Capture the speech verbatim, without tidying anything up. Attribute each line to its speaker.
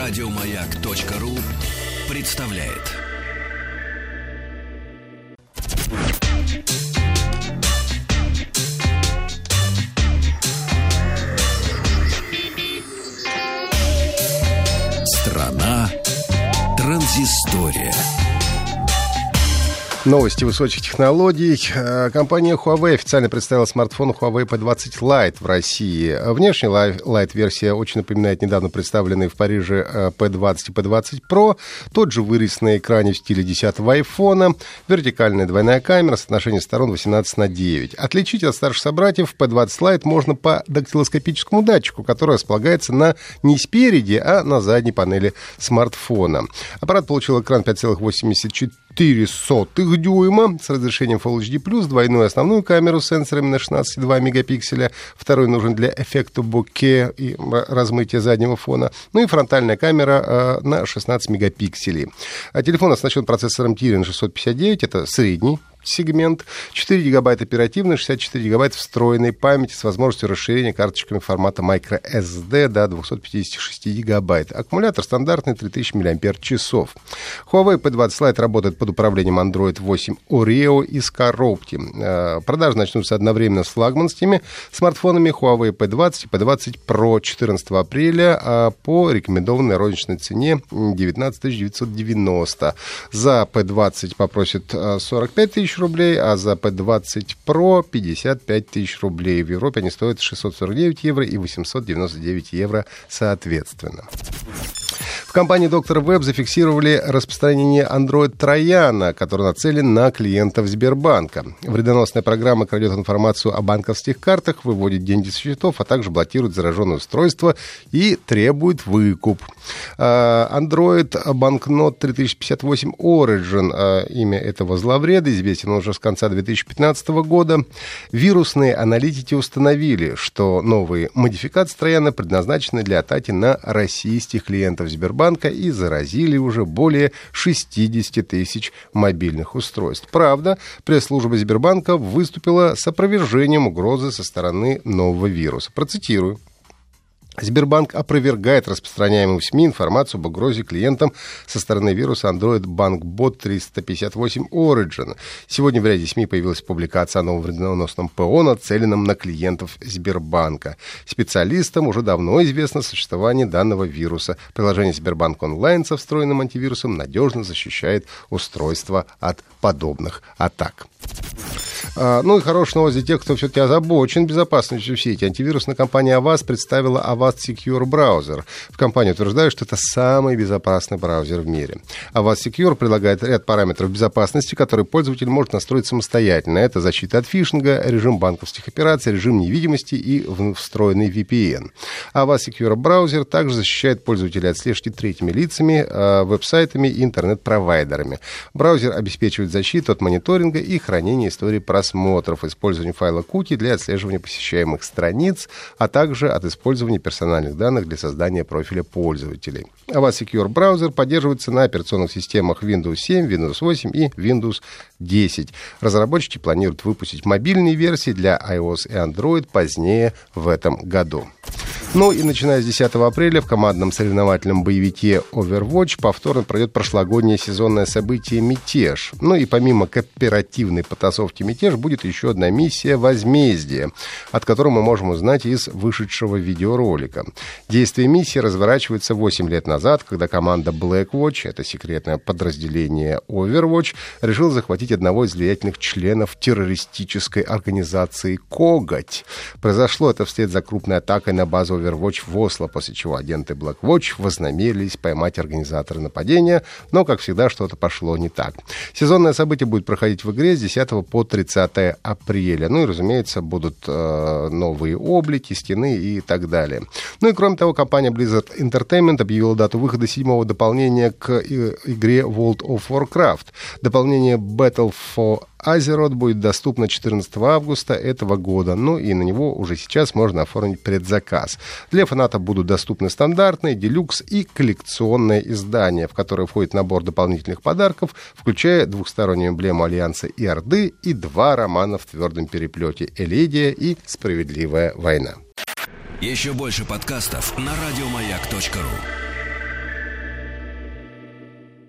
Speaker 1: Радиомаяк.ру представляет. Страна транзистория.
Speaker 2: Новости высоких технологий. Компания Huawei официально представила смартфон Huawei пи двадцать Lite в России. Внешне Lite-версия очень напоминает недавно представленные в Париже пи двадцать и пи двадцать Pro. Тот же вырез на экране в стиле десятого айфона. Вертикальная двойная камера, соотношение сторон восемнадцать на девять. Отличить от старших собратьев пи двадцать Lite можно по дактилоскопическому датчику, который располагается на, не спереди, а на задней панели смартфона. Аппарат получил экран пять целых восемьдесят четыре сотых дюйма с разрешением Full эйч ди плюс, двойную основную камеру с сенсорами на шестнадцать целых два мегапикселя, второй нужен для эффекта боке и размытия заднего фона, ну и фронтальная камера э, на шестнадцать мегапикселей. А телефон оснащен процессором Kirin шестьсот пятьдесят девять, это средний сегмент, четыре гигабайта оперативной, шестьдесят четыре гигабайта встроенной памяти с возможностью расширения карточками формата microSD до двести пятьдесят шесть гигабайт. Аккумулятор стандартный три тысячи миллиампер-часов. Huawei пи двадцать Lite работает под управлением Android восемь Oreo из коробки. Продажи начнутся одновременно с флагманскими смартфонами Huawei пи двадцать и пи двадцать Pro четырнадцатого апреля по рекомендованной розничной цене девятнадцать тысяч девятьсот девяносто. За пи двадцать попросят сорок пять тысяч рублей, а за пи двадцать Pro пятьдесят пять тысяч рублей. В Европе они стоят шестьсот сорок девять евро и восемьсот девяносто девять евро соответственно. В компании доктор Web зафиксировали распространение Android-трояна, который нацелен на клиентов Сбербанка. Вредоносная программа крадет информацию о банковских картах, выводит деньги со счетов, а также блокирует зараженные устройства и требует выкуп. Android банкнот три тысячи пятьдесят восемь Origin, имя этого зловреда, известен уже с конца две тысячи пятнадцатого года. Вирусные аналитики установили, что новые модификации трояна предназначены для атаки на российских клиентов Сбербанка и заразили уже более шестьдесят тысяч мобильных устройств. Правда, пресс-служба Сбербанка выступила с опровержением угрозы со стороны нового вируса. Процитирую. Сбербанк опровергает распространяемую в СМИ информацию об угрозе клиентам со стороны вируса Android BankBot триста пятьдесят восемь Origin. Сегодня в ряде СМИ появилась публикация о новом вредоносном ПО, нацеленном на клиентов Сбербанка. Специалистам уже давно известно существование данного вируса. Приложение Сбербанк онлайн со встроенным антивирусом надежно защищает устройство от подобных атак. А, ну и хорошая новость для тех, кто все-таки озабочен безопасностью сети. Антивирусная компания Avast представила Avast Secure браузер. В компании утверждают, что это самый безопасный браузер в мире. Avast Secure предлагает ряд параметров безопасности, которые пользователь может настроить самостоятельно. Это защита от фишинга, режим банковских операций, режим невидимости и встроенный ви пи эн. Avast Secure браузер также защищает пользователя от слежки третьими лицами, веб-сайтами и интернет-провайдерами. Браузер обеспечивает защиту от мониторинга и хранения истории просмотров, использование файла куки для отслеживания посещаемых страниц, а также от использования персональных данных для создания профиля пользователей. Avast Secure браузер поддерживается на операционных системах Windows семь, Windows восемь и Windows десять. Разработчики планируют выпустить мобильные версии для iOS и Android позднее в этом году. Ну и начиная с десятого апреля в командном соревновательном боевике Overwatch повторно пройдет прошлогоднее сезонное событие «Мятеж». Ну и помимо кооперативной потасовки «Мятеж» будет еще одна миссия «Возмездие», от которой мы можем узнать из вышедшего видеоролика. Действие миссии разворачивается восемь лет назад, когда команда Blackwatch, это секретное подразделение Overwatch, решила захватить одного из влиятельных членов террористической организации «Коготь». Произошло это вслед за крупной атакой на базу Overwatch в Осло, после чего агенты Blackwatch вознамерились поймать организатора нападения, но, как всегда, что-то пошло не так. Сезонное событие будет проходить в игре с десятого по тридцатое апреля. Ну и, разумеется, будут э, новые облики, скины и так далее. Ну и, кроме того, компания Blizzard Entertainment объявила дату выхода седьмого дополнения к игре World of Warcraft. Дополнение Battle for Azeroth будет доступно четырнадцатого августа этого года, ну и на него уже сейчас можно оформить предзаказ. Для фанатов будут доступны стандартные, делюкс и коллекционные издания, в которые входит набор дополнительных подарков, включая двухстороннюю эмблему Альянса и Орды и два романа в твердом переплете «Элидия» и «Справедливая война».
Speaker 1: Еще больше подкастов на радиомаяк точка ру.